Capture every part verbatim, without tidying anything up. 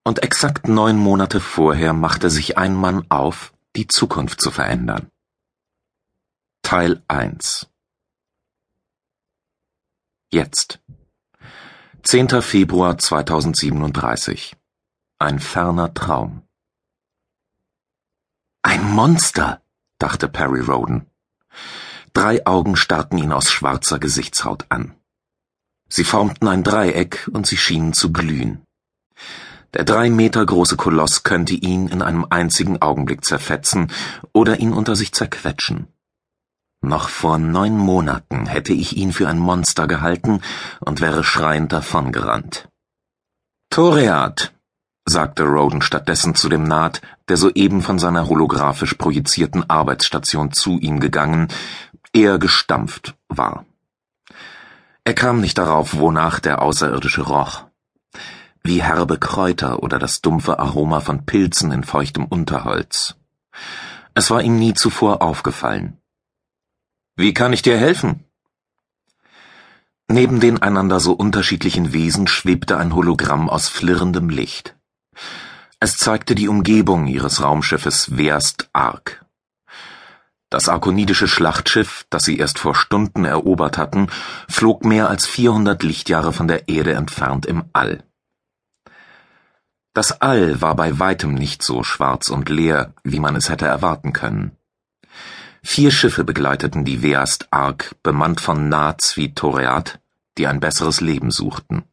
Und exakt neun Monate vorher machte sich ein Mann auf, die Zukunft zu verändern. Teil eins. Jetzt. zehnter Februar zweitausendsiebenunddreißig. Ein ferner Traum. Ein Monster, dachte Perry Rhodan. Drei Augen starrten ihn aus schwarzer Gesichtshaut an. Sie formten ein Dreieck und sie schienen zu glühen. Der drei Meter große Koloss könnte ihn in einem einzigen Augenblick zerfetzen oder ihn unter sich zerquetschen. Noch vor neun Monaten hätte ich ihn für ein Monster gehalten und wäre schreiend davongerannt. »Toread«, sagte Rhodan stattdessen zu dem Naht, der soeben von seiner holographisch projizierten Arbeitsstation zu ihm gegangen, eher gestampft war. Er kam nicht darauf, wonach der Außerirdische roch. Wie herbe Kräuter oder das dumpfe Aroma von Pilzen in feuchtem Unterholz. Es war ihm nie zuvor aufgefallen. »Wie kann ich dir helfen?« Neben den einander so unterschiedlichen Wesen schwebte ein Hologramm aus flirrendem Licht. Es zeigte die Umgebung ihres Raumschiffes Weast Ark. Das arkonidische Schlachtschiff, das sie erst vor Stunden erobert hatten, flog mehr als vierhundert Lichtjahre von der Erde entfernt im All. Das All war bei weitem nicht so schwarz und leer, wie man es hätte erwarten können. Vier Schiffe begleiteten die Weast Ark, bemannt von Naats wie Toread, die ein besseres Leben suchten.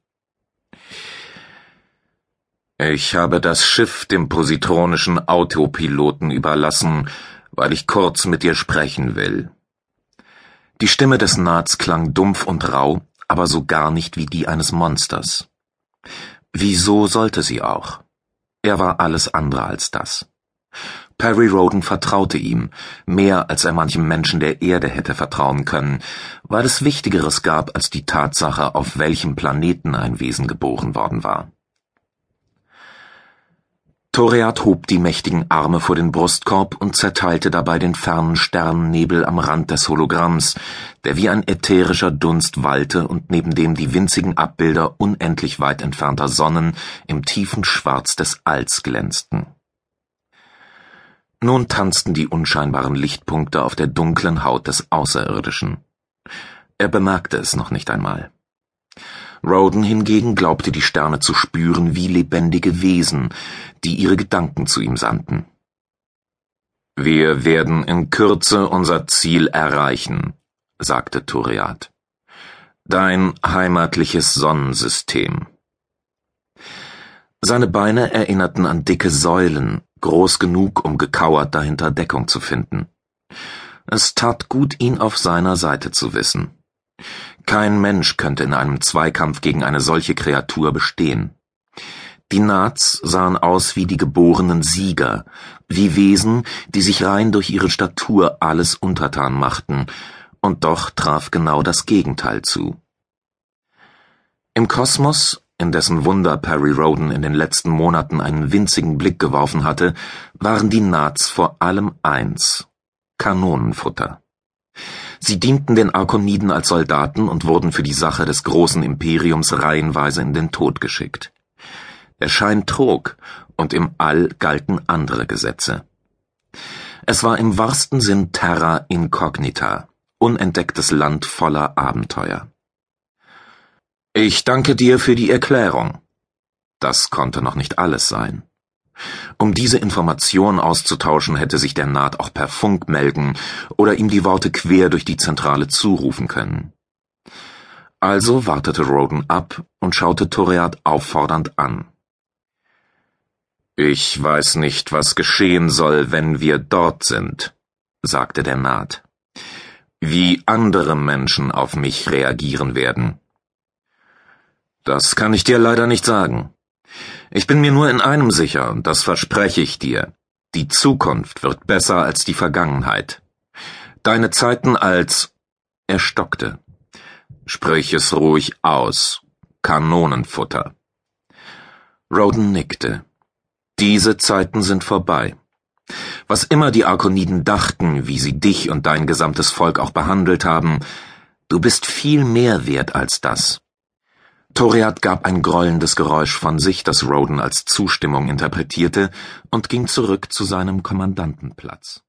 »Ich habe das Schiff dem positronischen Autopiloten überlassen, weil ich kurz mit dir sprechen will.« Die Stimme des Naats klang dumpf und rau, aber so gar nicht wie die eines Monsters. Wieso sollte sie auch? Er war alles andere als das. Perry Rhodan vertraute ihm, mehr als er manchem Menschen der Erde hätte vertrauen können, weil es Wichtigeres gab als die Tatsache, auf welchem Planeten ein Wesen geboren worden war. Toread hob die mächtigen Arme vor den Brustkorb und zerteilte dabei den fernen Sternennebel am Rand des Hologramms, der wie ein ätherischer Dunst wallte und neben dem die winzigen Abbilder unendlich weit entfernter Sonnen im tiefen Schwarz des Alls glänzten. Nun tanzten die unscheinbaren Lichtpunkte auf der dunklen Haut des Außerirdischen. Er bemerkte es noch nicht einmal. Rhodan hingegen glaubte die Sterne zu spüren wie lebendige Wesen, die ihre Gedanken zu ihm sandten. »Wir werden in Kürze unser Ziel erreichen«, sagte Toread. »Dein heimatliches Sonnensystem.« Seine Beine erinnerten an dicke Säulen, groß genug, um gekauert dahinter Deckung zu finden. Es tat gut, ihn auf seiner Seite zu wissen. Kein Mensch könnte in einem Zweikampf gegen eine solche Kreatur bestehen. Die Naats sahen aus wie die geborenen Sieger, wie Wesen, die sich rein durch ihre Statur alles untertan machten, und doch traf genau das Gegenteil zu. Im Kosmos, in dessen Wunder Perry Rhodan in den letzten Monaten einen winzigen Blick geworfen hatte, waren die Naats vor allem eins: Kanonenfutter. Sie dienten den Arkoniden als Soldaten und wurden für die Sache des großen Imperiums reihenweise in den Tod geschickt. Der Schein trug, und im All galten andere Gesetze. Es war im wahrsten Sinn Terra Incognita, unentdecktes Land voller Abenteuer. »Ich danke dir für die Erklärung.« Das konnte noch nicht alles sein. Um diese Information auszutauschen, hätte sich der Naht auch per Funk melden oder ihm die Worte quer durch die Zentrale zurufen können. Also wartete Rhodan ab und schaute Toread auffordernd an. »Ich weiß nicht, was geschehen soll, wenn wir dort sind«, sagte der Naht. »Wie andere Menschen auf mich reagieren werden.« »Das kann ich dir leider nicht sagen. Ich bin mir nur in einem sicher, und das verspreche ich dir. Die Zukunft wird besser als die Vergangenheit. Deine Zeiten als...« Er stockte. »Sprich es ruhig aus. Kanonenfutter.« Rhodan nickte. »Diese Zeiten sind vorbei. Was immer die Arkoniden dachten, wie sie dich und dein gesamtes Volk auch behandelt haben, du bist viel mehr wert als das. Thoriat gab ein grollendes Geräusch von sich, das Roden als Zustimmung interpretierte, und ging zurück zu seinem Kommandantenplatz.